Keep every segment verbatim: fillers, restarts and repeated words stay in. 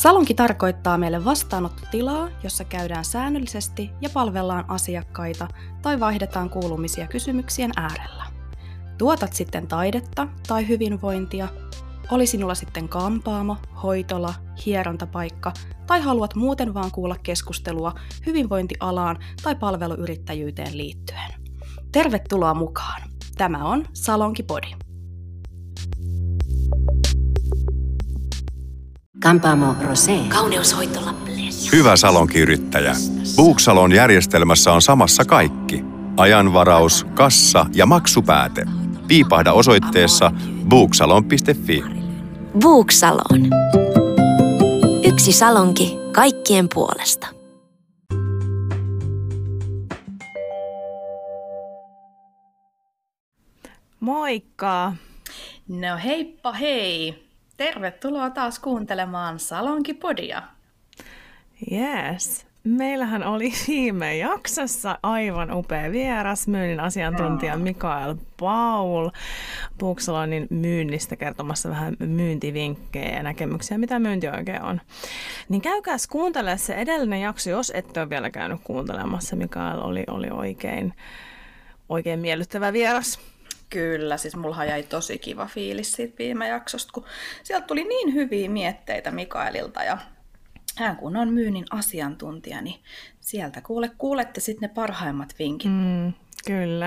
Salonki tarkoittaa meille vastaanottotilaa, jossa käydään säännöllisesti ja palvellaan asiakkaita tai vaihdetaan kuulumisia kysymyksien äärellä. Tuotat sitten taidetta tai hyvinvointia, oli sinulla sitten kampaamo, hoitola, hierontapaikka tai haluat muuten vaan kuulla keskustelua hyvinvointialaan tai palveluyrittäjyyteen liittyen. Tervetuloa mukaan! Tämä on Salonki Podi. Kampaamo Rosé. Kauneushoitola Bless. Hyvä salonkiyrittäjä. Booksalon järjestelmässä on samassa kaikki. Ajanvaraus, kassa ja maksupääte. Piipahda osoitteessa booksalon piste fi. Booksalon. Yksi salonki kaikkien puolesta. Moikka! No heippa hei! Tervetuloa taas kuuntelemaan Salonki-podia. Yes. Meillähän oli viime jaksossa aivan upea vieras, myynnin asiantuntija Mikael Paul Booksalonin myynnistä kertomassa vähän myyntivinkkejä ja näkemyksiä, mitä myynti oikein on. Niin käykääs kuuntelemaan se edellinen jakso, jos ette ole vielä käynyt kuuntelemassa. Mikael oli, oli oikein, oikein miellyttävä vieras. Kyllä, siis mullahan jäi tosi kiva fiilis siitä viime jaksosta, kun sieltä tuli niin hyviä mietteitä Mikaelilta ja hän kun on myynnin asiantuntija, niin sieltä kuule, kuulette sitten ne parhaimmat vinkit. Mm, kyllä.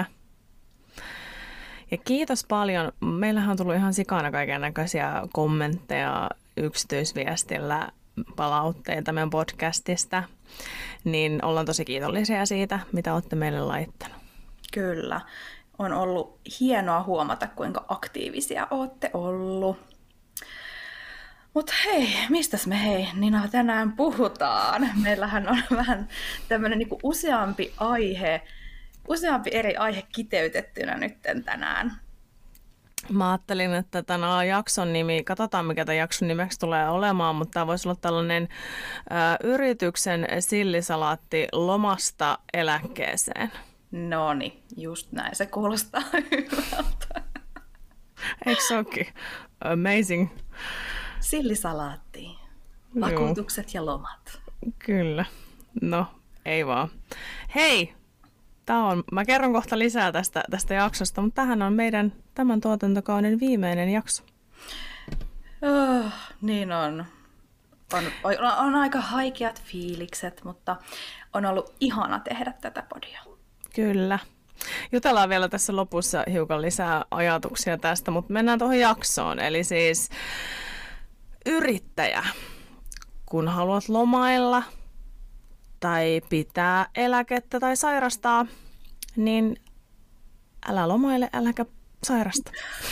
Ja kiitos paljon. Meillähän on tullut ihan sikana kaikennäköisiä kommentteja yksityisviestillä, palautteita meidän podcastista, niin ollaan tosi kiitollisia siitä, mitä olette meille laittanut. Kyllä. On ollut hienoa huomata, kuinka aktiivisia olette ollut. Mutta hei, mistäs me hei Nina tänään puhutaan? Meillähän on vähän tämmöinen niinku useampi aihe, useampi eri aihe kiteytettynä nytten tänään. Mä ajattelin, että tämä jakson nimi, katsotaan mikä tämän jakson nimeksi tulee olemaan, mutta tämä voisi olla tällainen ä, yrityksen sillisalaatti lomasta eläkkeeseen. Noniin, just näin. Se kuulostaa hyvältä. Eikö se olekin? Amazing. Sillisalaatti. Vakuutukset Juu. Ja lomat. Kyllä. No, ei vaan. Hei! Tää on, mä kerron kohta lisää tästä, tästä jaksosta, mutta tämähän on meidän tämän tuotantokauden viimeinen jakso. Oh, niin on. On, on. On aika haikeat fiilikset, mutta on ollut ihana tehdä tätä podia. Kyllä. Jutellaan vielä tässä lopussa hiukan lisää ajatuksia tästä, mutta mennään tuohon jaksoon. Eli siis yrittäjä, kun haluat lomailla tai pitää eläkettä tai sairastaa, niin älä lomaile, äläkä sairasta.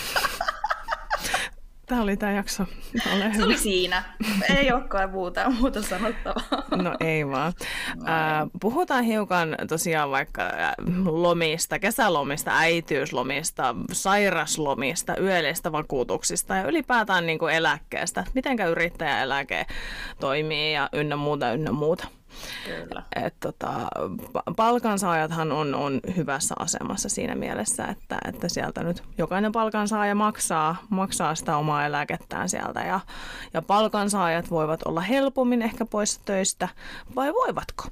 Tämä oli tämä jakso. Ole hyvä. Se oli siinä. Ei olekaan muuta, muuta sanottavaa. No ei vaan. Äh, puhutaan hiukan tosiaan vaikka lomista, kesälomista, äitiyslomista, sairaslomista, yöllisistä vakuutuksista ja ylipäätään niin kuin eläkkeestä. Mitenkä yrittäjäeläke toimii ja ynnä muuta, ynnä muuta. Kyllä. Et tota, palkansaajathan on, on hyvässä asemassa siinä mielessä, että, että sieltä nyt jokainen palkansaaja maksaa, maksaa sitä omaa eläkettään sieltä ja, ja palkansaajat voivat olla helpommin ehkä poissa töistä, vai voivatko?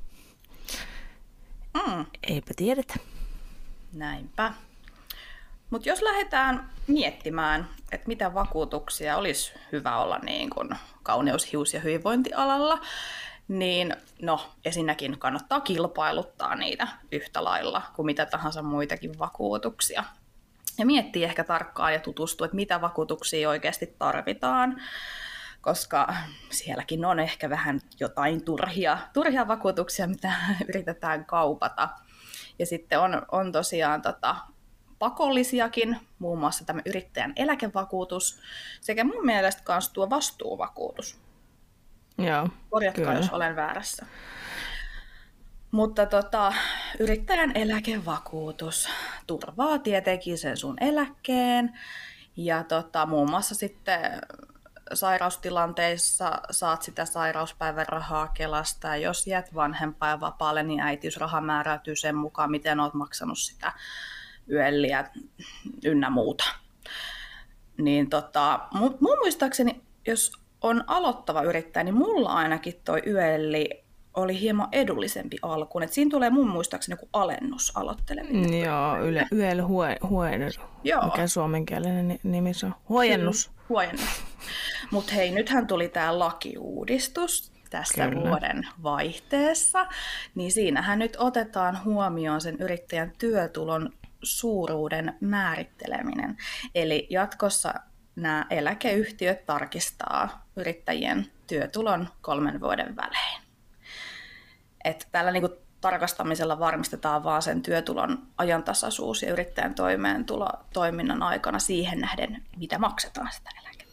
Mm. Eipä tiedetä. Näinpä. Mutta jos lähdetään miettimään, että mitä vakuutuksia olisi hyvä olla niin kuin kauneus-, hius- ja hyvinvointialalla, niin no, ensinnäkin kannattaa kilpailuttaa niitä yhtä lailla kuin mitä tahansa muitakin vakuutuksia. Ja miettiä ehkä tarkkaan ja tutustua, että mitä vakuutuksia oikeasti tarvitaan, koska sielläkin on ehkä vähän jotain turhia, turhia vakuutuksia, mitä yritetään kaupata. Ja sitten on, on tosiaan tota, pakollisiakin, muun muassa tämä yrittäjän eläkevakuutus sekä mun mielestä myös tuo vastuuvakuutus. Joo, korjatkaa, kyllä. Jos olen väärässä. Mutta tota, yrittäjän eläkevakuutus turvaa tietenkin sen sun eläkkeen. Ja tota, muun muassa sitten sairaustilanteissa saat sitä sairauspäivärahaa Kelasta. Ja jos jäät vanhempainvapaalle, niin äitiysraha määräytyy sen mukaan, miten olet maksanut sitä yölliä ynnä muuta. Niin tota, mun muistaakseni, jos on aloittava yrittäjä, niin mulla ainakin toi yöli oli hieman edullisempi alkuun. Et siinä tulee mun muistaakseni joku alennus aloitteleville. Joo, yle, yöl hue, huojennus. Joo. Mikä suomenkielinen nimi se on? Huojennus. Kyllä, huojennus. Mutta hei, nythän tuli tämä lakiuudistus tässä Kyllä. vuoden vaihteessa. Niin siinähän nyt otetaan huomioon sen yrittäjän työtulon suuruuden määritteleminen. Eli jatkossa nämä eläkeyhtiöt tarkistaa yrittäjien työtulon kolmen vuoden välein. Että tällä niin kuin tarkastamisella varmistetaan vaan sen työtulon ajantasaisuus ja yrittäjän toimeentulo toiminnan aikana siihen nähden, mitä maksetaan sitä eläkettä.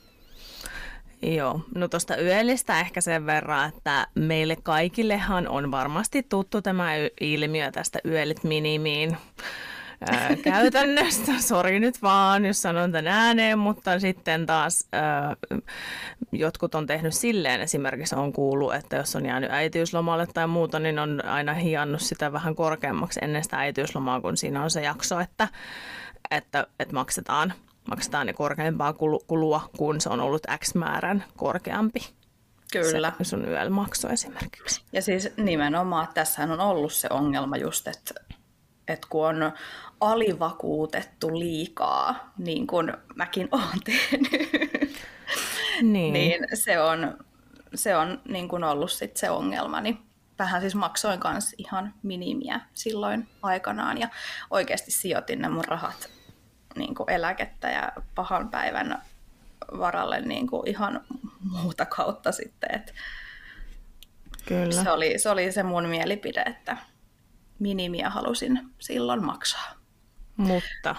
Joo, no tuosta yölistä ehkä sen verran, että meille kaikillehan on varmasti tuttu tämä ilmiö tästä yölit minimiin ää, käytännöstä. Sori nyt vaan, jos sanon tämän ääneen, mutta sitten taas ää, jotkut on tehnyt silleen, esimerkiksi on kuullut, että jos on jäänyt äitiyslomalle tai muuta, niin on aina hiannut sitä vähän korkeammaksi ennen sitä äitiyslomaa, kun siinä on se jakso, että, että, että maksetaan. maksetaan ne korkeampaa kulua, kun se on ollut X määrän korkeampi. Kyllä. Se sun yöl-maksu esimerkiksi. Ja siis nimenomaan, että tässähän on ollut se ongelma just, että, että kun on alivakuutettu liikaa, niin kuin mäkin olen tehnyt, niin, niin se on, se on niin kuin ollut sit se ongelma. Niin vähän siis maksoin kanssa ihan minimiä silloin aikanaan ja oikeasti sijoitin ne mun rahat niin kuin eläkettä ja pahan päivän varalle niin kuin ihan muuta kautta sitten. Että Kyllä. Se, oli, se oli se mun mielipide, että minimiä halusin silloin maksaa. Mutta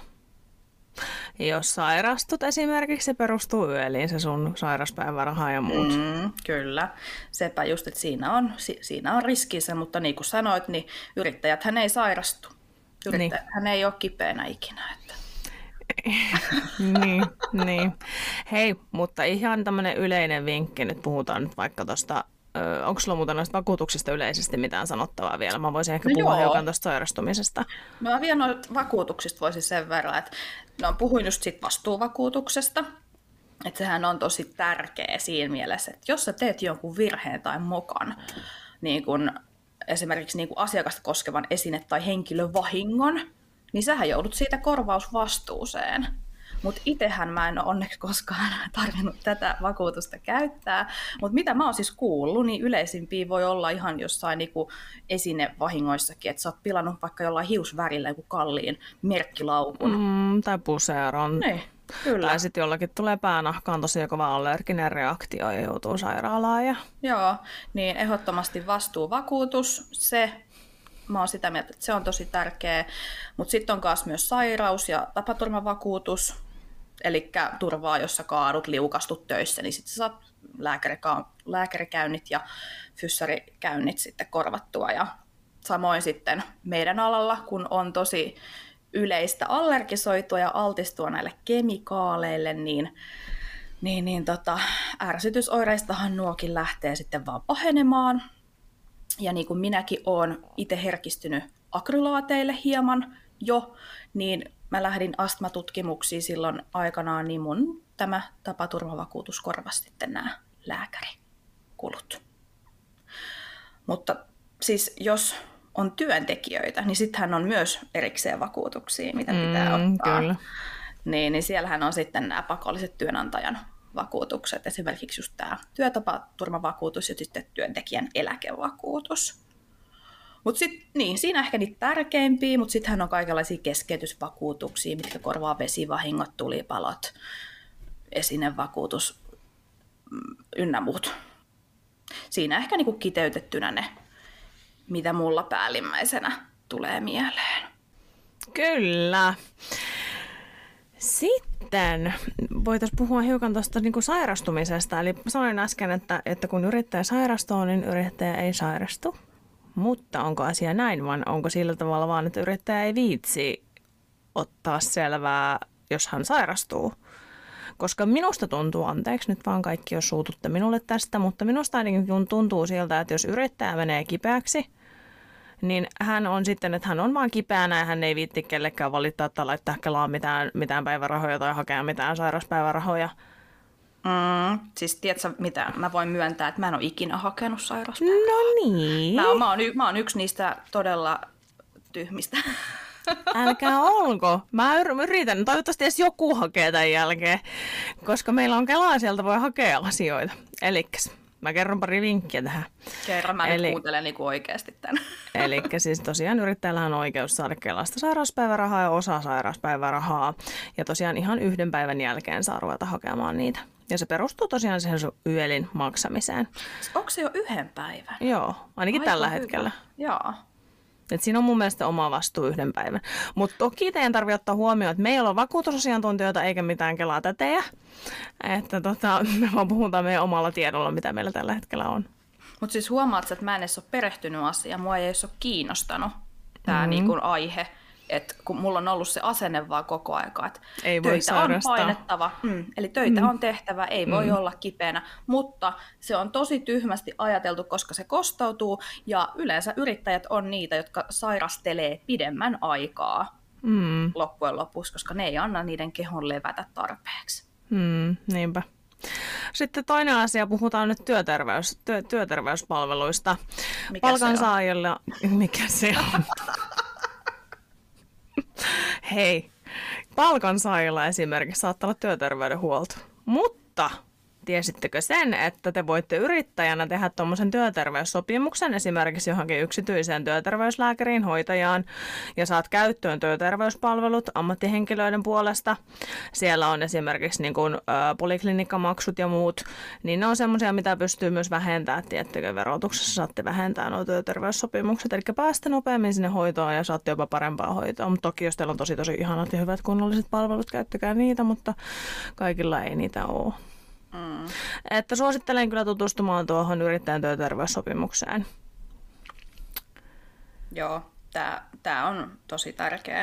jos sairastut esimerkiksi, se perustuu yöliin, se sun sairauspäiväraha ja muut. Mm, kyllä. Sepä just, että siinä on, siinä on riskinsä, mutta niin kuin sanoit, niin yrittäjäthän ei sairastu. Yrittäjäthän niin. ei ole kipeänä ikinä. Että niin, niin. Hei, mutta ihan tämmöinen yleinen vinkki, nyt puhutaan nyt vaikka tuosta, onko sulla muuta noista vakuutuksista yleisesti mitään sanottavaa vielä? Mä voisin ehkä no puhua joo. hiukan tuosta sairastumisesta. No vielä noista vakuutuksista voisin sen verran, että no, puhuin just siitä vastuuvakuutuksesta, että sehän on tosi tärkeä siinä mielessä, että jos sä teet jonkun virheen tai mokan, niin kun esimerkiksi niin kun asiakasta koskevan esine- tai henkilövahingon, niin sähän joudut siitä korvausvastuuseen. Mutta itsehän mä en ole onneksi koskaan tarvinnut tätä vakuutusta käyttää. Mutta mitä mä oon siis kuullut, niin yleisimpiä voi olla ihan jossain niinku esinevahingoissakin, että sä oot pilannut vaikka jollain hiusvärillä joku kalliin merkkilaukun. Mm, tai puseron. Niin, kyllä. Tai sitten jollakin tulee päänahkaan tosi kova allerginen reaktio ja joutuu sairaalaan. Ja... Joo, niin ehdottomasti vastuuvakuutus, se... Mä oon sitä mieltä, että se on tosi tärkeä, mutta sitten on myös sairaus- ja tapaturmavakuutus, eli turvaa, jos sä kaadut, liukastut töissä, niin sitten saat lääkärika- lääkärikäynnit ja fyssarikäynnit sitten korvattua. Ja samoin sitten meidän alalla, kun on tosi yleistä allergisoitua ja altistua näille kemikaaleille, niin, niin, niin tota, ärsytysoireistahan nuokin lähtee sitten vaan pahenemaan. Ja niin kuin minäkin olen itse herkistynyt akrylaateille hieman jo, niin mä lähdin astmatutkimuksiin silloin aikanaan, niin mun tämä tapaturmavakuutus korvasi sitten nämä lääkärikulut. Mutta siis jos on työntekijöitä, niin sittenhän on myös erikseen vakuutuksia, mitä pitää mm, ottaa. Kyllä. Niin, niin siellähän on sitten nämä pakolliset työnantajan vakuutukset, esimerkiksi just tämä työtapaturmavakuutus ja sitten työntekijän eläkevakuutus. Mutta sitten niin, siinä ehkä niitä tärkeimpiä, mutta sittenhän on kaikenlaisia keskeytysvakuutuksia, mitkä korvaa vesivahingot, tulipalot, esinevakuutus ynnä muut. Siinä ehkä niinku kiteytettynä ne, mitä mulla päällimmäisenä tulee mieleen. Kyllä. Sitten voitaisiin puhua hiukan tuosta niin kuin sairastumisesta. Eli sanoin äsken, että, että kun yrittäjä sairastuu, niin yrittäjä ei sairastu. Mutta onko asia näin, vaan onko sillä tavalla vaan, että yrittäjä ei viitsi ottaa selvää, jos hän sairastuu? Koska minusta tuntuu, anteeksi nyt vaan kaikki, jos suututte minulle tästä, mutta minusta ainakin tuntuu siltä, että jos yrittäjä menee kipeäksi, niin hän on sitten, että hän on vaan kipeänä ja hän ei viitti kellekään valittaa tai laittaa kelaan mitään, mitään päivärahoja tai hakea mitään sairauspäivärahoja. Mm, siis tiedätkö mitä, mä voin myöntää, että mä en ole ikinä hakenut sairauspäivää. No niin. Mä, mä, oon, y- mä oon yksi niistä todella tyhmistä. Älkää olko. Mä yritän. Toivottavasti edes joku hakee tämän jälkeen, koska meillä on Kelaa, sieltä voi hakea asioita. Elikkäs, mä kerron pari vinkkiä tähän. Kerran mä Eli, nyt kuuntelen niin oikeasti tämän. Elikkä siis tosiaan yrittäjällä on oikeus saada Kelasta sairauspäivärahaa ja osa sairauspäivärahaa. Ja tosiaan ihan yhden päivän jälkeen saa ruveta hakemaan niitä. Ja se perustuu tosiaan siihen sun yelin maksamiseen. Onko se jo yhden päivän? Joo, ainakin Aika tällä hyvä. hetkellä. Joo. Et siinä on mun mielestä oma vastuu yhden päivän. Mutta toki teidän tarvitsee ottaa huomioon, että me ei ole vakuutusasiantuntijoita eikä mitään Kelaa tätejä. Että tota, me vaan puhutaan meidän omalla tiedolla, mitä meillä tällä hetkellä on. Mutta siis huomaat, että mä en edes ole perehtynyt asiaan. Mua ei edes ole kiinnostanut tämä mm-hmm. niinku aihe. Et kun mulla on ollut se asenne vaan koko aika, että ei voi töitä sairastaa. on painettava, mm, eli töitä mm. on tehtävä, ei mm. voi olla kipeänä, mutta se on tosi tyhmästi ajateltu, koska se kostautuu ja yleensä yrittäjät on niitä, jotka sairastelee pidemmän aikaa mm. loppujen lopuksi, koska ne ei anna niiden kehon levätä tarpeeksi. Mm, niinpä. Sitten toinen asia, puhutaan nyt työterveys, työ, työterveyspalveluista. Mikä palkansaajilla, se on? Mikä se on? Hei, palkansaajilla esimerkiksi saattaa olla työterveydenhuolto, mutta tiesittekö sen, että te voitte yrittäjänä tehdä tuommoisen työterveyssopimuksen esimerkiksi johonkin yksityiseen työterveyslääkäriin, hoitajaan ja saat käyttöön työterveyspalvelut ammattihenkilöiden puolesta. Siellä on esimerkiksi niin kuin, ä, poliklinikkamaksut ja muut, niin ne on semmoisia, mitä pystyy myös vähentämään, tiettykö verotuksessa saatte vähentää nuo työterveyssopimukset, eli päästä nopeammin sinne hoitoon ja saatte jopa parempaa hoitoa, mutta toki jos teillä on tosi tosi ihanat ja hyvät kunnolliset palvelut, käyttäkää niitä, mutta kaikilla ei niitä ole. Mm. Että suosittelen kyllä tutustumaan tuohon yrittäjän työterveyssopimukseen. Joo, tämä on tosi tärkeä.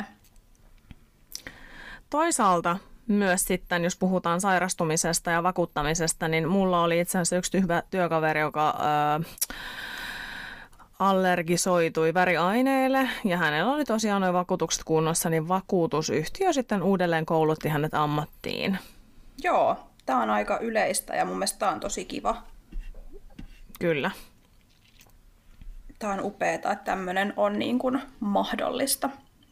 Toisaalta myös sitten, jos puhutaan sairastumisesta ja vakuuttamisesta, niin mulla oli itse asiassa yksi hyvä työkaveri, joka ää, allergisoitui väriaineille ja hänellä oli tosiaan nuo vakuutukset kunnossa, niin vakuutusyhtiö sitten uudelleen koulutti hänet ammattiin. Joo. Tämä on aika yleistä ja mun mielestä tämä on tosi kiva. Kyllä. Tämä on upeaa, että tämmöinen on niin kuin mahdollista.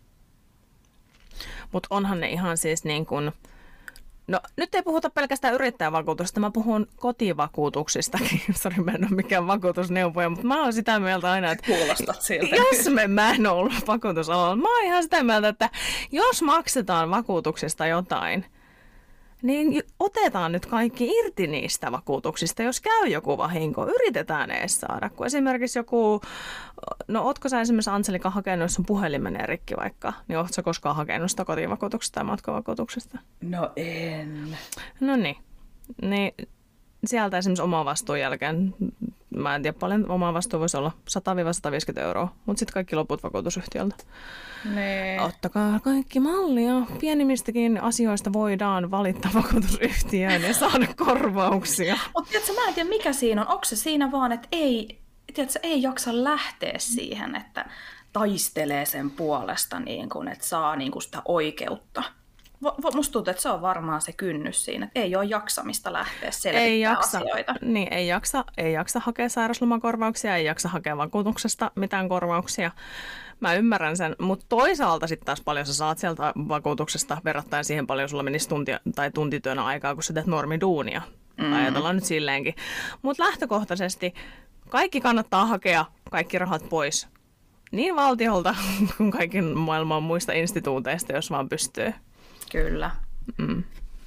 Mutta onhan ne ihan siis niin kuin, no nyt ei puhuta pelkästään yrittäjävakuutuksesta, mä puhun kotivakuutuksistakin. Sori, mä en ole mikään vakuutusneuvoja, mutta mä oon sitä mieltä aina, että kuulostat siltä. Jos me, mä en ole ollut vakuutusalalla, mä oon ihan sitä mieltä, että jos maksetaan vakuutuksista jotain, niin otetaan nyt kaikki irti niistä vakuutuksista, jos käy joku vahinko, yritetään edes saada. Kun esimerkiksi joku, no ootko sä esimerkiksi Anselika hakenut, jos sun puhelin menee rikki vaikka, niin ootko sä koskaan hakenut sitä kotivakuutuksesta tai matkavakuutuksesta? No en. No niin, niin sieltä esimerkiksi omavastuun jälkeen, mä en tiedä paljon omavastuu voisi olla sata sata viisikymmentä euroa, mutta sitten kaikki loput vakuutusyhtiöltä. Nee. Ottakaa kaikki mallia. Pienimmistäkin asioista voidaan valittaa vakuutusyhtiöön ja saada korvauksia. Mutta tiedätkö, mä en tiedä mikä siinä on. Onko se siinä vaan, että ei, tiedätkö, ei jaksa lähteä siihen, että taistelee sen puolesta, niin kun, että saa niin kun sitä oikeutta. Musta tuntuu, että se on varmaan se kynnys siinä, että ei ole jaksamista lähteä selvittämään asioita. Niin, ei jaksa, ei jaksa hakea sairauslomakorvauksia, ei jaksa hakea vakuutuksesta mitään korvauksia. Mä ymmärrän sen, mutta toisaalta sitten taas paljon sä saat sieltä vakuutuksesta verrattuna siihen paljon sulla menisi tunti, tai tuntityönä aikaa, kun sä teet normiduunia. Mm. Ajatellaan nyt silleenkin. Mutta lähtökohtaisesti kaikki kannattaa hakea kaikki rahat pois. Niin valtiolta kuin kaikin maailman muista instituuteista, jos vaan pystyy. Kyllä. Mm.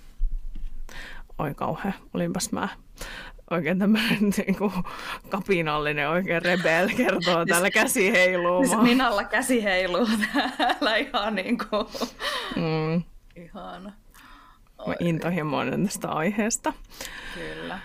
Oi kauhea, olinpas mä oikein tämmöinen niin kuin kapinallinen oikein rebel kertoo täällä käsi heiluu. Minalla käsi heiluu täällä ihan niin kuin. Mm. Ihana. Mä intohimoinen tästä aiheesta. Kyllä.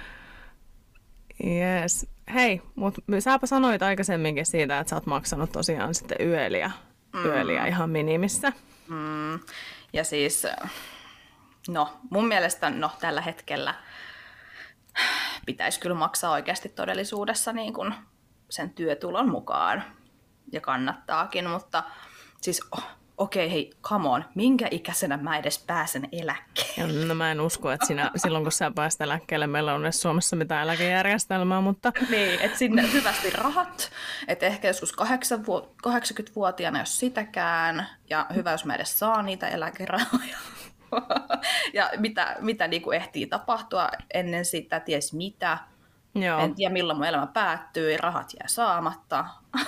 Yes. Hei, mutta säpä sanoit aikaisemminkin siitä, että sä oot maksanut tosiaan sitten yöliä, mm. yöliä ihan minimissä. Mm. Ja siis, no mun mielestä no, tällä hetkellä pitäisi kyllä maksaa oikeasti todellisuudessa niin kuin sen työtulon mukaan. Ja kannattaakin, mutta siis okei hei, come on, minkä ikäisenä mä edes pääsen eläkkeelle? No mä en usko, että sinä, silloin kun sä pääset eläkkeelle, meillä on edes Suomessa mitään eläkejärjestelmää, mutta... Niin, että sinne hyvästi rahat, että ehkä joskus kahdeksankymmentävuotiaana, jos sitäkään, ja hyvä, jos mä edes saa niitä eläkerahoja. Ja mitä, mitä niin kuin ehtii tapahtua ennen sitä, ties mitä. Joo. En tiedä, milloin mun elämä päättyy, ja rahat jää saamatta.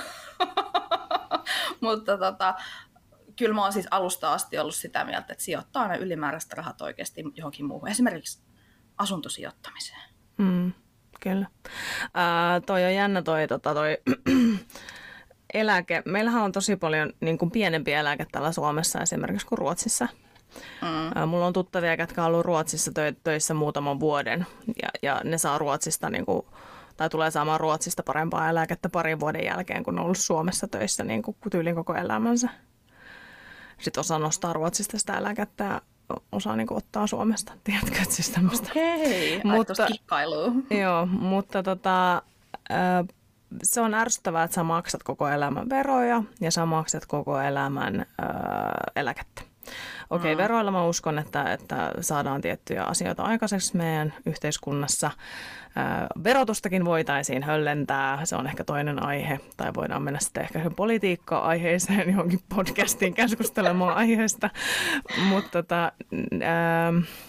Mutta tota, kyllä mä oon siis alusta asti ollut sitä mieltä, että sijoittaa ne ylimääräiset rahat oikeasti johonkin muuhun. Esimerkiksi asuntosijoittamiseen. Mm, kyllä. Ää, toi on jännä toi, tota, toi eläke. Meillähän on tosi paljon niin kuin pienempiä eläke täällä Suomessa esimerkiksi kuin Ruotsissa. Mm. Ää, mulla on tuttavia, jotka on ollut Ruotsissa tö- töissä muutaman vuoden ja, ja ne saa Ruotsista niin kuin, tai tulee saamaan Ruotsista parempaa eläkettä parin vuoden jälkeen, kun on ollut Suomessa töissä niin kuin tyylin koko elämänsä. Sitten osa nostaa Ruotsista sitä eläkettä ja osaa niin kuin ottaa Suomesta. Tiedätkö, että siis tämmöistä. Okei, mutta, kikkailua. Joo, mutta tota, se on ärsyttävää, että sä maksat koko elämän veroja ja sä maksat koko elämän ö, eläkettä. Okei, okay, mm. veroilla mä uskon, että, että saadaan tiettyjä asioita aikaiseksi meidän yhteiskunnassa. Ää, verotustakin voitaisiin höllentää, se on ehkä toinen aihe, tai voidaan mennä sitten ehkä sen politiikka-aiheeseen johonkin podcastiin keskustelemaan aiheesta. Mutta tota, ää,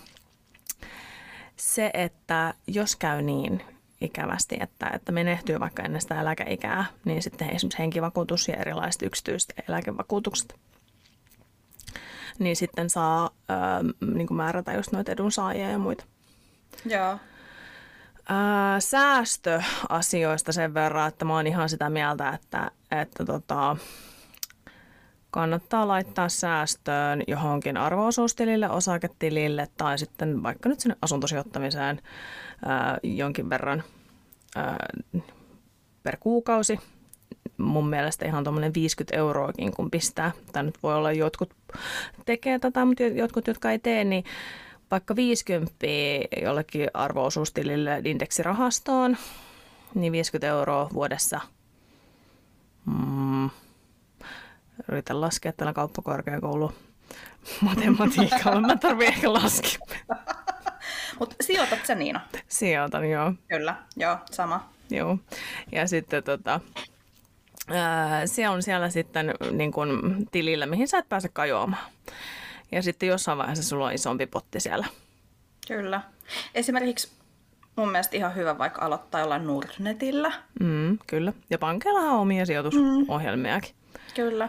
se, että jos käy niin ikävästi, että, että menehtyy vaikka ennen sitä eläkeikää, niin sitten esimerkiksi henkivakuutus ja erilaiset yksityiset eläkevakuutukset, niin sitten saa ää, niin kuin määrätä just noita edunsaajia ja muita. Joo. Ää, säästöasioista sen verran, että mä oon ihan sitä mieltä, että, että tota, kannattaa laittaa säästöön johonkin arvo-osuustilille, osaketilille tai sitten vaikka nyt sinne asuntosijoittamiseen ää, jonkin verran ää, per kuukausi. Mun mielestä ihan tuommoinen viisikymmentä euroakin, kun pistää. Tämä nyt voi olla, jotkut tekee tätä, mutta jotkut, jotka ei tee, niin vaikka viisikymmentä jollekin arvo-osuustilille indeksirahastoon, niin viisikymmentä euroa vuodessa. Mm. Yritän laskea tällä kauppakorkeakoulun matematiikalla. Mä tarvitsen ehkä laskea. Mutta sijoitat sä, Niina? Sijoitan, joo. Kyllä, joo, sama. Joo, ja sitten tota... Se on siellä sitten niin kuin tilillä, mihin sä et pääse kajoamaan. Ja sitten jossain vaiheessa sulla on isompi potti siellä. Kyllä. Esimerkiksi mun mielestä ihan hyvä vaikka aloittaa jollain Nordnetillä. Mm, kyllä. Ja pankeillahan on omia sijoitusohjelmiakin. Mm, kyllä.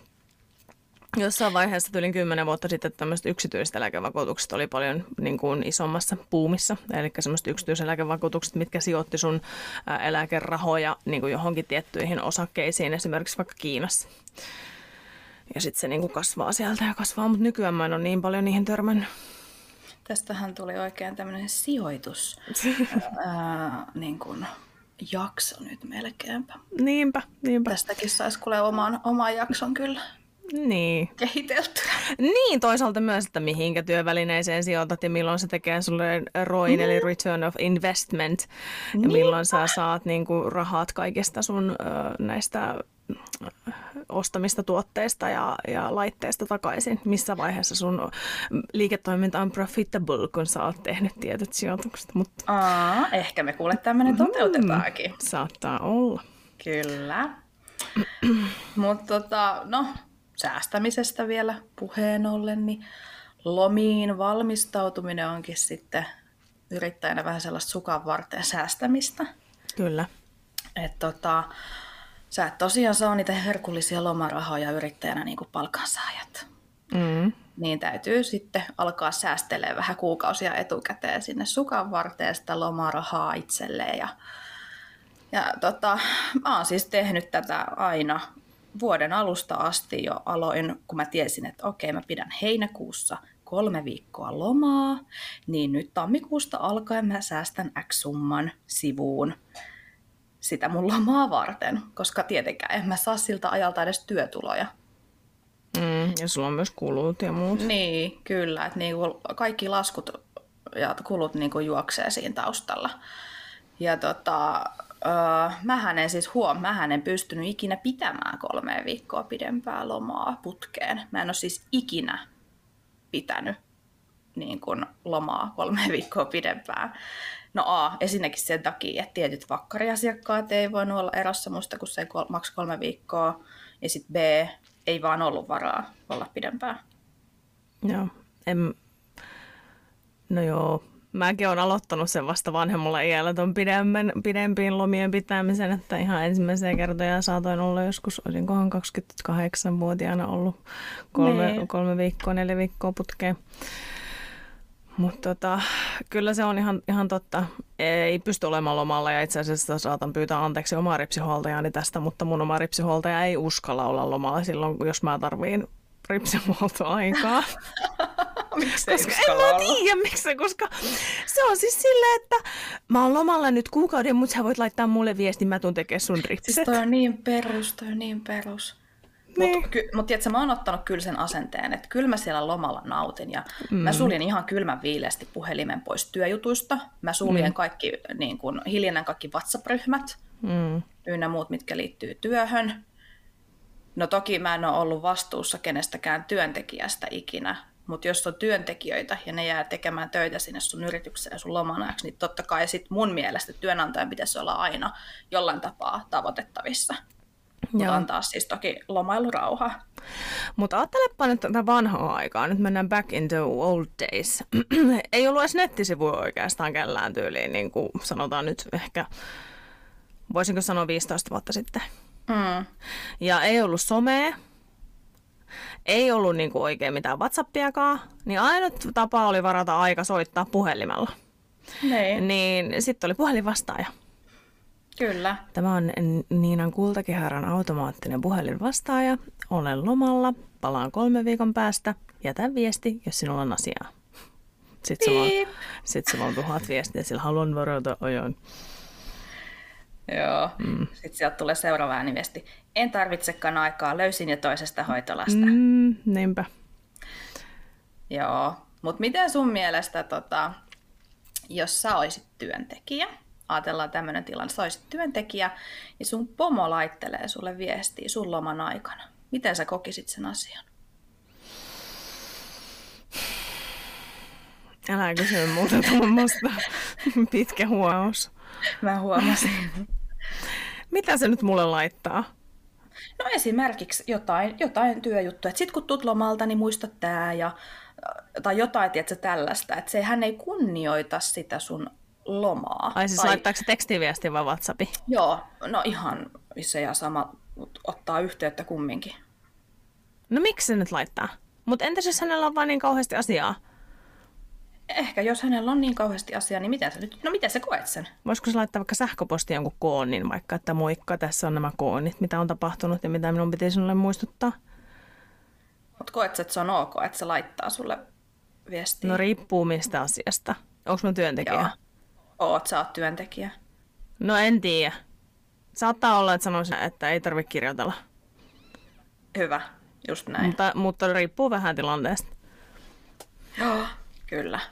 Jossain vaiheessa tulin kymmenen vuotta sitten tämmöiset yksityiset eläkevakuutukset oli paljon niin kuin isommassa buumissa. Eli semmoiset yksityiseläkevakuutukset, mitkä sijoitti sun eläkerahoja niin kuin johonkin tiettyihin osakkeisiin, esimerkiksi vaikka Kiinassa. Ja sitten se niin kuin kasvaa sieltä ja kasvaa, mutta nykyään mä en ole niin paljon niihin törmännyt. Tästähän tuli oikein tämmöinen sijoitus ää, niin kuin jakso nyt melkeinpä. Niinpä, niinpä. Tästäkin saisi kuule oman, oman jakson kyllä. Niin. Kehitelty. Niin, toisaalta myös, että mihinkä työvälineeseen sijoitat ja milloin se tekee sulle R O I, mm. eli Return of Investment, ja niin. milloin sä saat niin kuin, rahat kaikista sun ö, näistä ostamista tuotteista ja, ja laitteista takaisin. Missä vaiheessa sun liiketoiminta on profitable, kun sä oot tehnyt tietyt sijoitukset. Mutta... Aa, ehkä me kuule tämmöinen toteutetaankin. Mm, saattaa olla. Kyllä. Mutta tota, no... säästämisestä vielä puheen ollen, niin lomiin valmistautuminen onkin sitten yrittäjänä vähän sellaista sukan varten säästämistä. Kyllä. Et tota, sä et tosiaan saa niitä herkullisia lomarahoja yrittäjänä niin kuin palkansaajat. Mm. Niin täytyy sitten alkaa säästelemään vähän kuukausia etukäteen sinne sukan varteen sitä lomarahaa itselleen. Ja, ja tota, mä oon siis tehnyt tätä aina. Vuoden alusta asti jo aloin, kun mä tiesin, että okei, mä pidän heinäkuussa kolme viikkoa lomaa, niin nyt tammikuusta alkaen mä säästän X-summan sivuun sitä mun lomaa varten, koska tietenkään en mä saa siltä ajalta edes työtuloja. Mm, ja sulla on myös kulut ja muut. Niin, kyllä. Että niinku kaikki laskut ja kulut niinku juoksee siinä taustalla. Ja tota... öö, mähän en siis huom, mähän en pystynyt ikinä pitämään kolmea viikkoa pidempää lomaa putkeen. Mä en ole siis ikinä pitänyt niin kuin lomaa kolme viikkoa pidempään. No A, ensinnäkin sen takia, että tietyt vakkariasiakkaat ei voinut olla erossa musta, kun se kol- maksoi kolme viikkoa. Ja sitten B, ei vaan ollut varaa olla pidempään. Joo, en... No joo, mäkin olen aloittanut sen vasta vanhemmalla iällä tuon pidemmän, pidempien lomien pitämisen, että ihan ensimmäisiä kertoja saatoin olla joskus, olinkohan kaksikymmentäkahdeksanvuotiaana ollut kolme, Nee. kolme viikkoa, neljä viikkoa putkeen. Mutta tota, kyllä se on ihan, ihan totta. Ei pysty olemaan lomalla ja itse asiassa saatan pyytää anteeksi omaa ripsihuoltajani tästä, mutta mun oma ripsihuoltaja ei uskalla olla lomalla silloin, jos mä tarviin ripsihuoltoaikaa. Miksi ei Koska en uskalla mä olla? tiedä, miksi, koska se on siis silleen, että mä oon lomalla nyt kuukauden, mutta sä voit laittaa mulle viestin, mä tuun tekemään sun ripset. Siis toi on niin perus, toi on niin perus. Niin. Mutta mut tiedätkö, mä oon ottanut kyllä sen asenteen, että kyllä mä siellä lomalla nautin ja mm. mä suljen ihan kylmän viileästi puhelimen pois työjutuista. Mä suljen mm. kaikki, niin kun, hiljennän kaikki WhatsApp-ryhmät Mm. ynnä muut, mitkä liittyy työhön. No toki mä en ole ollut vastuussa kenestäkään työntekijästä ikinä, mutta jos on työntekijöitä ja ne jää tekemään töitä sinne sun yritykseen sun loman ajaksi, niin totta kai sit mun mielestä työnantajan pitäisi olla aina jollain tapaa tavoitettavissa. Mutta antaa siis toki lomailurauhaa. Mutta ajattelepa nyt tätä vanhaa aikaa. Nyt mennään back in the old days. Ei ollut edes nettisivuja oikeastaan kellään tyyliin, niin kuin sanotaan nyt ehkä, voisinko sanoa viisitoista vuotta sitten. Mm. Ja ei ollut somea, ei ollut niin kuin oikein mitään WhatsAppiakaan, niin ainut tapa oli varata aika soittaa puhelimella. Niin, Niin sitten oli puhelinvastaaja. kyllä. Tämä on Niinan kultakiharan automaattinen puhelinvastaaja. Olen lomalla, palaan kolme viikon päästä. Jätä viesti, jos sinulla on asiaa. Sitten sulla on, sit sulla on tuhat viestiä, sillä haluan varata ajan. Joo. Mm. Sitten sieltä tulee seuraava ääniviesti. En tarvitsekaan aikaa, löysin jo toisesta hoitolasta. Mm, niinpä. Joo. Mutta miten sun mielestä, tota, jos sä olisit työntekijä, ajatellaan tämmöinen tilanne, sä olisit työntekijä ja sun pomo laittelee sulle viestiä sun loman aikana. Miten sä kokisit sen asian? Älä kysy muuta tuommoista. Pitkä huomaus. Mä huomasin. Mitä se nyt mulle laittaa? No esimerkiksi jotain, jotain työjuttuja, että sit kun tuut lomalta, niin muista tää ja, tai jotain, tiedätkö, tällaista, että se, hän ei kunnioita sitä sun lomaa. Ai siis tai, laittaako se tekstiviesti vai WhatsAppi? Joo, no ihan se ja sama, ottaa yhteyttä kumminkin. No miksi se nyt laittaa? Mutta entäs jos hänellä on vaan niin kauheasti asiaa? Ehkä jos hänellä on niin kauheasti asiaa, niin miten sä nyt, no miten sä koet sen? Voisiko se laittaa vaikka sähköpostiin jonkun koonin, vaikka että moikka, tässä on nämä koonit, mitä on tapahtunut ja mitä minun pitäisi sinulle muistuttaa? Mutta koet sä, että se on ok, että se laittaa sulle viestiä? No riippuu mistä asiasta. Onko mä työntekijä? Joo. Oot, sä oot työntekijä. No en tiedä. Saattaa olla, että sanoisin, että ei tarvitse kirjoitella. Hyvä, just näin. Mutta, mutta riippuu vähän tilanteesta. Joo, kyllä.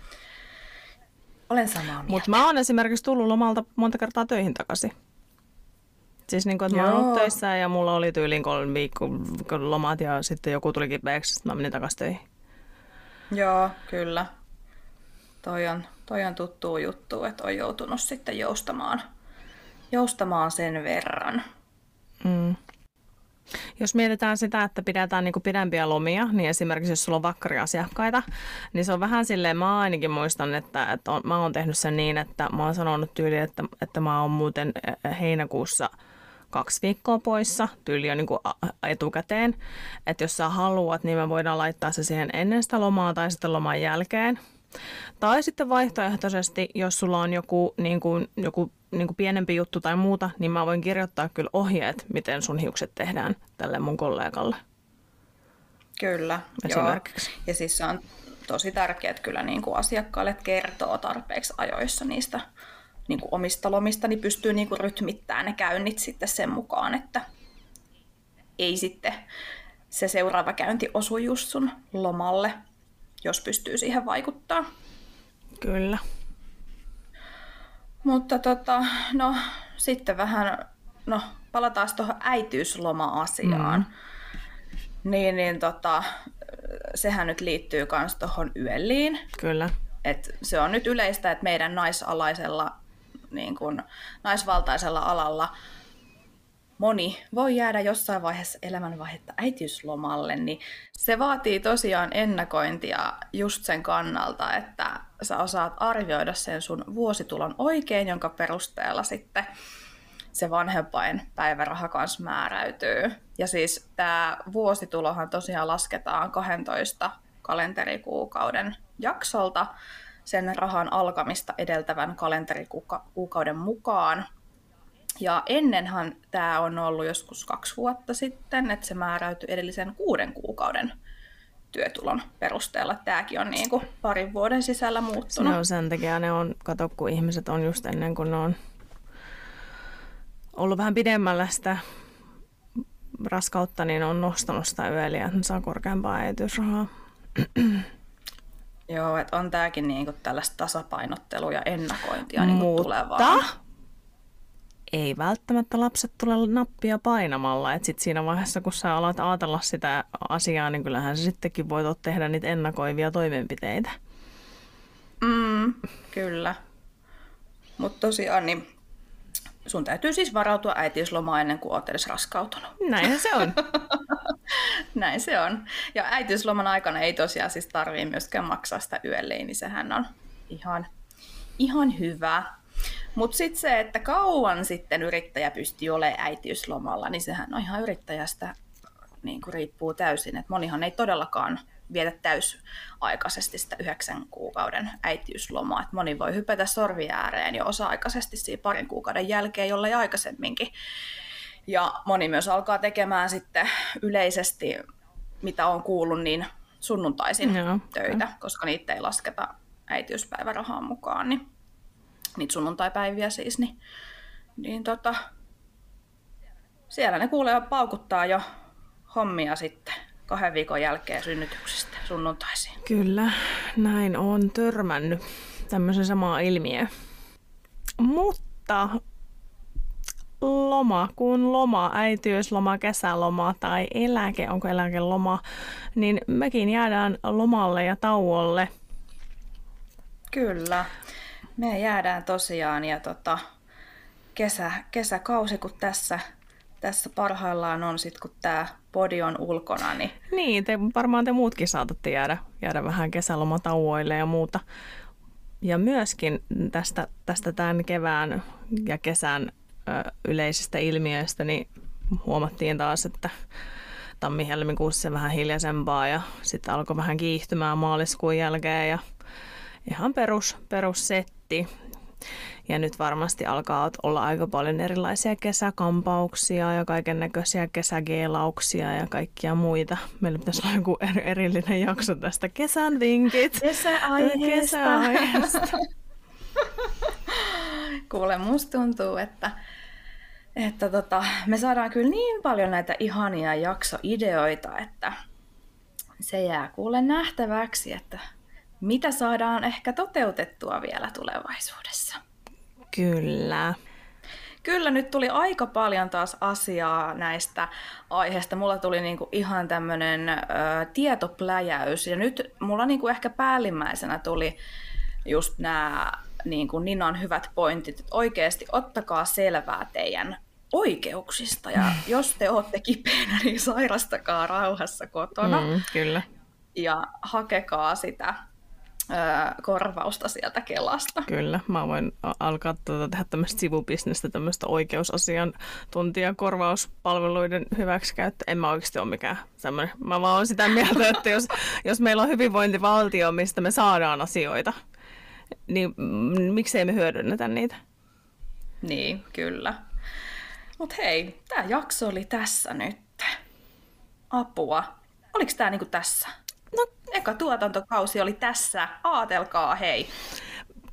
Olen samaa mieltä. Mutta mä oon esimerkiksi tullut lomalta monta kertaa töihin takaisin. Siis niin kuin, että mä oon ollut töissä ja mulla oli tyyliin kolme viikon lomat ja sitten joku tuli kipeäksi, sitten mä menin takaisin töihin. Joo, kyllä. Toi on, toi on tuttu juttu, että on joutunut sitten joustamaan, joustamaan sen verran. Mm. Jos mietitään sitä, että pidetään niin kuin pidempiä lomia, niin esimerkiksi jos sulla on vakkariasiakkaita, niin se on vähän silleen, mä ainakin muistan, että, että on, mä oon tehnyt sen niin, että mä oon sanonut tyyli, että, että mä oon muuten heinäkuussa kaksi viikkoa poissa, tyyli on niin kuin etukäteen, että jos sä haluat, niin me voidaan laittaa se siihen ennen sitä lomaa tai sitten loman jälkeen. Tai sitten vaihtoehtoisesti, jos sulla on joku, niin kuin, joku niin kuin pienempi juttu tai muuta, niin mä voin kirjoittaa kyllä ohjeet, miten sun hiukset tehdään tälle mun kollegalle. Kyllä, esimerkiksi. Joo. Ja siis se on tosi tärkeää, että kyllä niin kuin asiakkaalle kertoo tarpeeksi ajoissa niistä niin kuin omista lomista, niin pystyy niin kuin rytmittämään ne käynnit sitten sen mukaan, että ei sitten se seuraava käynti osu just sun lomalle, jos pystyy siihen vaikuttaa. Kyllä. Mutta tota, no sitten vähän, no palataan tuohon äitiysloma-asiaan. Mm. Niin, niin tota, sehän nyt liittyy myös tuohon yöliin. Kyllä. Et se on nyt yleistä, että meidän naisalaisella, niin kun, naisvaltaisella alalla moni voi jäädä jossain vaiheessa elämänvaihetta äitiyslomalle, niin se vaatii tosiaan ennakointia just sen kannalta, että sä osaat arvioida sen sun vuositulon oikein, jonka perusteella sitten se vanhempain päiväraha kanssa määräytyy. Ja siis tämä vuositulohan tosiaan lasketaan kaksitoista kalenterikuukauden jaksolta sen rahan alkamista edeltävän kalenterikuukauden mukaan. Ja ennenhän tämä on ollut joskus kaksi vuotta sitten, että se määräytyi edellisen kuuden kuukauden työtulon perusteella. Tämäkin on niin kuin parin vuoden sisällä muuttunut. Se on sen takia, ne on, kato kun ihmiset on just ennen kuin ne on ollut vähän pidemmällä sitä raskautta, niin on nostanut sitä yöliä, että ne saa korkeampaa äitiysrahaa. Joo, että on tämäkin niinku tällaista tasapainottelua ja ennakointia niinku Mutta tulevaan. Ei välttämättä lapset tule nappia painamalla. Et sit siinä vaiheessa, kun sä alat ajatella sitä asiaa, niin kyllähän sä sittenkin voit tehdä niitä ennakoivia toimenpiteitä. Mm, kyllä. Mutta tosiaan, niin sun täytyy siis varautua äitiyslomaan ennen kuin oot edes raskautunut. Näinhän se on. Näin se on. Ja äitiysloman aikana ei tosiaan siis tarvii myöskään maksaa sitä yölle, niin sehän on ihan, ihan hyvä. Mutta sitten se, että kauan sitten yrittäjä pystyy olemaan äitiyslomalla, niin sehän on ihan yrittäjästä niin kuin riippuu täysin. Et monihan ei todellakaan vietä täysaikaisesti sitä yhdeksän kuukauden äitiyslomaa. Et moni voi hypätä sorvi ääreen jo osa-aikaisesti siinä parin kuukauden jälkeen, jollei aikaisemminkin. Ja moni myös alkaa tekemään sitten yleisesti, mitä on kuullut, niin sunnuntaisin Joo, töitä, okay. koska niitä ei lasketa äitiyspäivärahaan mukaan. Niin, niitä sunnuntaipäiviä siis, niin, niin tota, siellä ne kuulee paukuttaa jo hommia sitten kahden viikon jälkeen synnytyksestä sunnuntaisin. Kyllä, näin on törmännyt tämmöisen samaa ilmiö. Mutta loma kuin loma, äitiysloma, kesäloma tai eläke, onko eläkeloma, niin mekin jäädään lomalle ja tauolle. Kyllä, me jäädään tosiaan ja tota, kesä, kesäkausi kun tässä, tässä parhaillaan on sit kun tää podi on ulkona. Niin, niin te, varmaan te muutkin saatatte jäädä, jäädä vähän kesälomatauoille ja muuta. Ja myöskin tästä, tästä tämän kevään ja kesän ö, yleisistä ilmiöistä niin huomattiin taas, että tammi-helmikuussa vähän hiljaisempaa ja sitten alkoi vähän kiihtymään maaliskuun jälkeen ja ihan perus, perussetti. Ja nyt varmasti alkaa olla aika paljon erilaisia kesäkampauksia ja kaiken näköisiä kesägeelauksia ja kaikkia muita. Meillä pitäisi olla joku erillinen jakso tästä kesän vinkit. Kesäaiheesta. Kesäaiheesta. Kuule, musta tuntuu, että, että tota, me saadaan kyllä niin paljon näitä ihania jaksoideoita, että se jää kuule nähtäväksi, että mitä saadaan ehkä toteutettua vielä tulevaisuudessa. Kyllä. Kyllä, nyt tuli aika paljon taas asiaa näistä aiheista. Mulla tuli niinku ihan tämmöinen ö, tietopläjäys. Ja nyt mulla niinku ehkä päällimmäisenä tuli just nämä niinku Ninan hyvät pointit. Että oikeasti ottakaa selvää teidän oikeuksista. Ja jos te ootte kipeänä, niin sairastakaa rauhassa kotona. Mm, kyllä. Ja hakekaa sitä korvausta sieltä Kelasta. Kyllä, mä voin alkaa tuota, tehdä tämmöistä sivubisnestä, tämmöistä oikeusasiantuntijakorvauspalveluiden hyväksikäyttö. En mä oikeasti ole mikään semmoinen. Mä vaan olen sitä mieltä, että jos, jos meillä on hyvinvointivaltio, mistä me saadaan asioita, niin miksei me hyödynnetä niitä? Niin, kyllä. Mut hei, tää jakso oli tässä nyt. Apua. Oliko tää niinku tässä? No, eka tuotantokausi oli tässä. Aatelkaa, hei.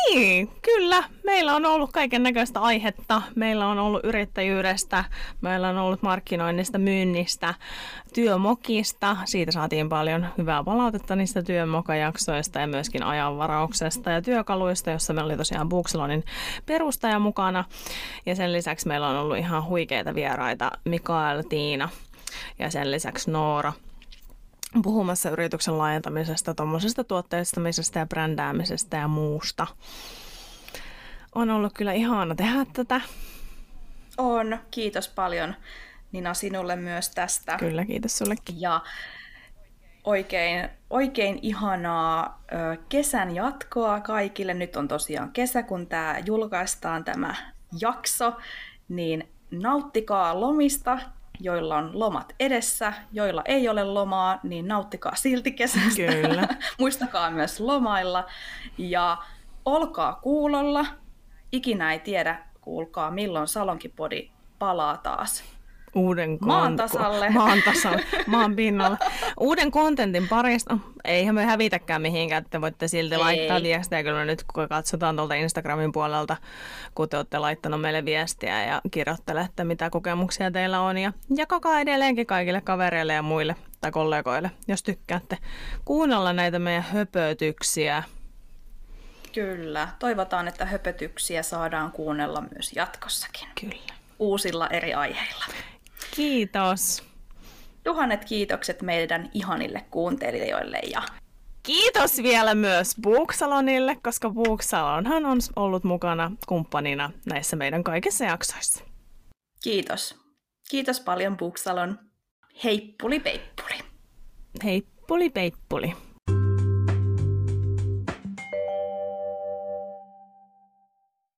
Niin, kyllä. Meillä on ollut kaiken näköistä aihetta. Meillä on ollut yrittäjyydestä, meillä on ollut markkinoinnista, myynnistä, työmokista. Siitä saatiin paljon hyvää palautetta niistä työmokajaksoista ja myöskin ajanvarauksesta ja työkaluista, jossa meillä oli tosiaan Booksalonin perustaja mukana. Ja sen lisäksi meillä on ollut ihan huikeita vieraita, Mikael, Tiina ja sen lisäksi Noora, puhumassa yrityksen laajentamisesta, tuommoisesta tuotteistamisesta ja brändäämisestä ja muusta. On ollut kyllä ihana tehdä tätä. On. Kiitos paljon, Nina, sinulle myös tästä. Kyllä, kiitos sullekin. Ja oikein, oikein ihanaa ö, kesän jatkoa kaikille. Nyt on tosiaan kesä, kun tämä julkaistaan tämä jakso, niin nauttikaa lomista. Joilla on lomat edessä, joilla ei ole lomaa, niin nauttikaa silti kesästä. Kyllä. Muistakaa myös lomailla ja olkaa kuulolla. Ikinä ei tiedä, kuulkaa, milloin Salonkipodi palaa taas. Uuden maan tasalle. Maan tasalle, maan pinnalla. Uuden kontentin parista. Eihän me hävitäkään mihinkään, että voitte silti ei. laittaa viestiä. Kyllä nyt kun katsotaan tuolta Instagramin puolelta, kun te olette laittanut meille viestiä ja kirjoittelette, mitä kokemuksia teillä on. Ja jakakaa edelleenkin kaikille kavereille ja muille tai kollegoille, jos tykkäätte kuunnella näitä meidän höpötyksiä. Kyllä. Toivotaan, että höpötyksiä saadaan kuunnella myös jatkossakin. Kyllä. Uusilla eri aiheilla. Kiitos. Tuhannet kiitokset meidän ihanille kuuntelijoille. Ja kiitos vielä myös Booksalonille, koska Booksalonhan on ollut mukana kumppanina näissä meidän kaikissa jaksoissa. Kiitos. Kiitos paljon Booksalon. Heippuli peippuli. Heippuli peippuli.